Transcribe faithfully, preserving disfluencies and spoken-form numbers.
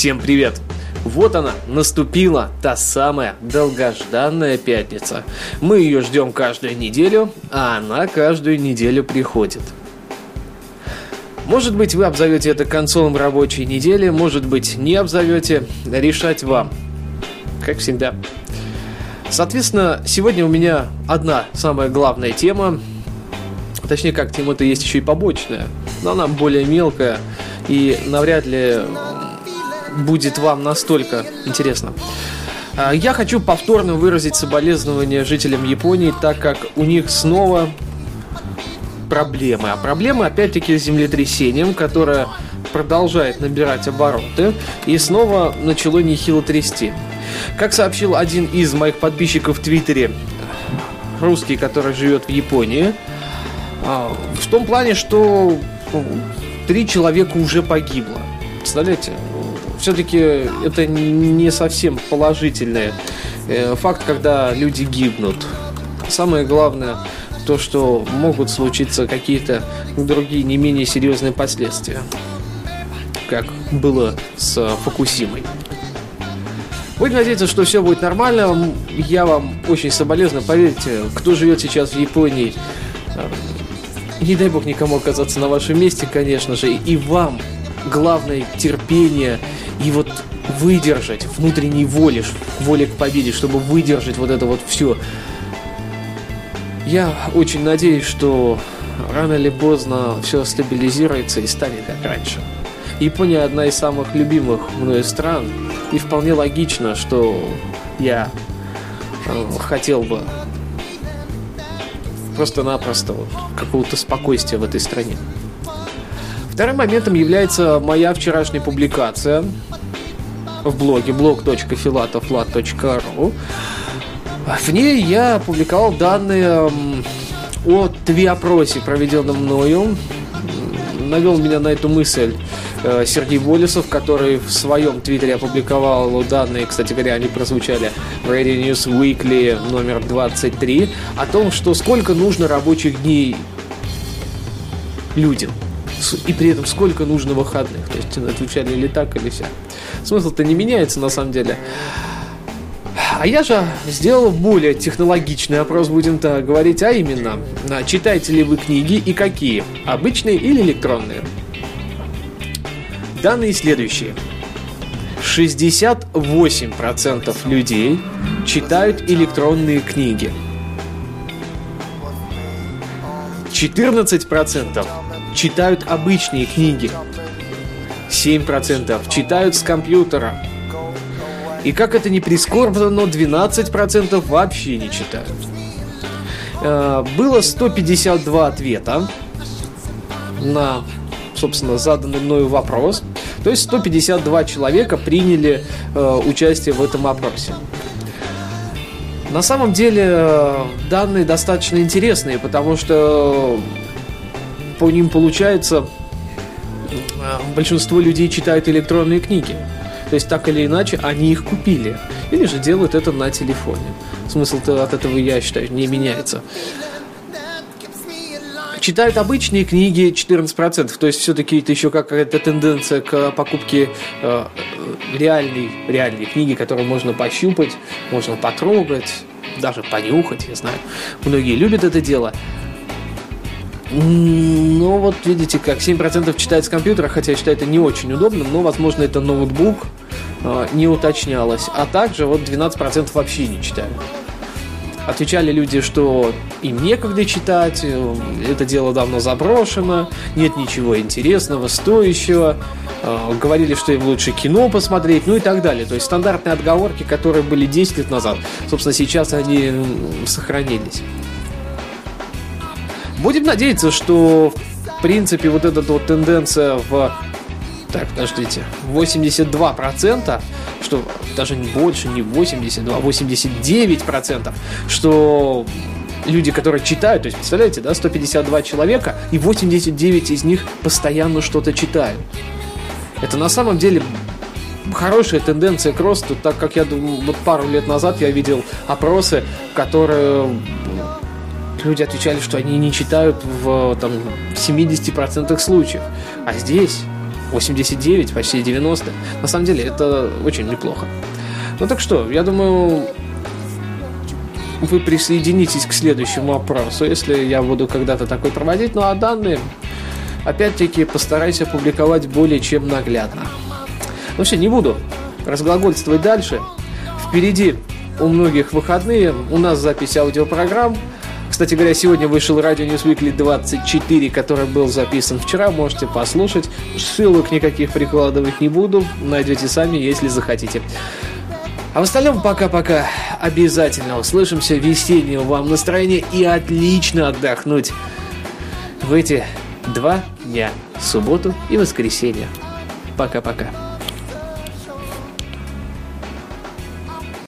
Всем привет! Вот она, наступила та самая долгожданная пятница. Мы ее ждем каждую неделю, а она каждую неделю приходит. Может быть, вы обзовете это концом рабочей недели, может быть, не обзовете, решать вам. Как всегда. Соответственно, сегодня у меня одна самая главная тема. Точнее, как тема-то есть еще и побочная, но она более мелкая и навряд ли будет вам настолько интересно. Я хочу повторно выразить соболезнования жителям Японии, так как у них снова проблемы. А проблемы, опять-таки, с землетрясением, которое продолжает набирать обороты и снова начало нехило трясти. Как сообщил один из моих подписчиков в Твиттере, русский, который живет в Японии, в том плане, что три человека уже погибло. Представляете? Все-таки это не совсем положительный факт, когда люди гибнут. Самое главное то, что могут случиться какие-то другие не менее серьезные последствия, как было с Фукусимой. Будем надеяться, что все будет нормально. Я вам очень соболезную. Поверьте, кто живет сейчас в Японии, не дай бог никому оказаться на вашем месте, конечно же. И вам главное терпение и вот выдержать, внутренней воли, воли к победе, чтобы выдержать вот это вот все. Я очень надеюсь, что рано или поздно все стабилизируется и станет как раньше. Япония одна из самых любимых мною стран, и вполне логично, что я э, хотел бы просто-напросто вот какого-то спокойствия в этой стране. Вторым моментом является моя вчерашняя публикация в блоге блог точка филатов лад точка ру. В ней я опубликовал данные о ТВИ-опросе, проведенном мною. Навел меня на эту мысль Сергей Болесов, который в своем твиттере опубликовал данные, кстати говоря, они прозвучали в Radio News Weekly номер двадцать три, о том, что сколько нужно рабочих дней людям, и при этом сколько нужно выходных. То есть отвечали или так, или сяк. Смысл-то не меняется на самом деле. А я же сделал более технологичный опрос, будем так говорить, а именно, читаете ли вы книги и какие, обычные или электронные. Данные следующие. шестьдесят восемь процентов людей читают электронные книги. четырнадцать процентов читают обычные книги. семь процентов читают с компьютера. И как это ни прискорбно, но двенадцать процентов вообще не читают. Было сто пятьдесят два ответа на, собственно, заданный мною вопрос. То есть сто пятьдесят два человека приняли участие в этом опросе. На самом деле данные достаточно интересные, потому что по ним получается, большинство людей читают электронные книги. То есть так или иначе они их купили. Или же делают это на телефоне. Смысл-то от этого, я считаю, не меняется. Читают обычные книги четырнадцать процентов. То есть все-таки это еще какая-то тенденция к покупке э, реальной, реальной книги, которую можно пощупать, можно потрогать, даже понюхать, я знаю. Многие любят это дело. Но вот видите, как семь процентов читает с компьютера, хотя я считаю это не очень удобно, но, возможно, это ноутбук, э, не уточнялось. А также вот двенадцать процентов вообще не читают. Отвечали люди, что им некогда читать, это дело давно заброшено, нет ничего интересного, стоящего, э, говорили, что им лучше кино посмотреть, ну и так далее. То есть стандартные отговорки, которые были десять лет назад, собственно, сейчас они сохранились. Будем надеяться, что, в принципе, вот эта вот тенденция в... Так, подождите. восемьдесят два процента, что даже не больше, не восемьдесят два, восемьдесят девять процентов, что люди, которые читают, то есть, представляете, да, сто пятьдесят два человека, и восемьдесят девять из них постоянно что-то читают. Это на самом деле хорошая тенденция к росту, так как я думаю, вот пару лет назад я видел опросы, которые... Люди отвечали, что они не читают в там, семьдесят процентов случаев. А здесь восемьдесят девять, почти девяносто. На самом деле это очень неплохо. Ну так что, я думаю, вы присоединитесь к следующему опросу, если я буду когда-то такой проводить. Ну а данные, опять-таки, постараюсь опубликовать более чем наглядно. Ну все, не буду разглагольствовать дальше. Впереди у многих выходные, у нас запись аудиопрограмм. Кстати говоря, сегодня вышел Radio News Weekly двадцать четыре, который был записан вчера, можете послушать. Ссылок никаких прикладывать не буду, найдете сами, если захотите. А в остальном пока-пока. Обязательно услышимся. Весеннего вам настроения и отлично отдохнуть в эти два дня, субботу и воскресенье. Пока-пока.